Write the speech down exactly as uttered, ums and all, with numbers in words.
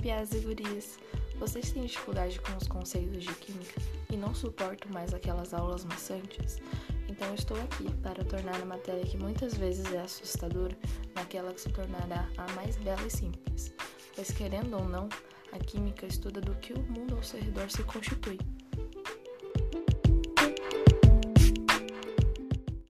piadas e gurias! Vocês têm dificuldade com os conceitos de química e não suportam mais aquelas aulas maçantes? Então eu estou aqui para tornar a matéria que muitas vezes é assustadora naquela que se tornará a mais bela e simples. Pois querendo ou não, a química estuda do que o mundo ao seu redor se constitui.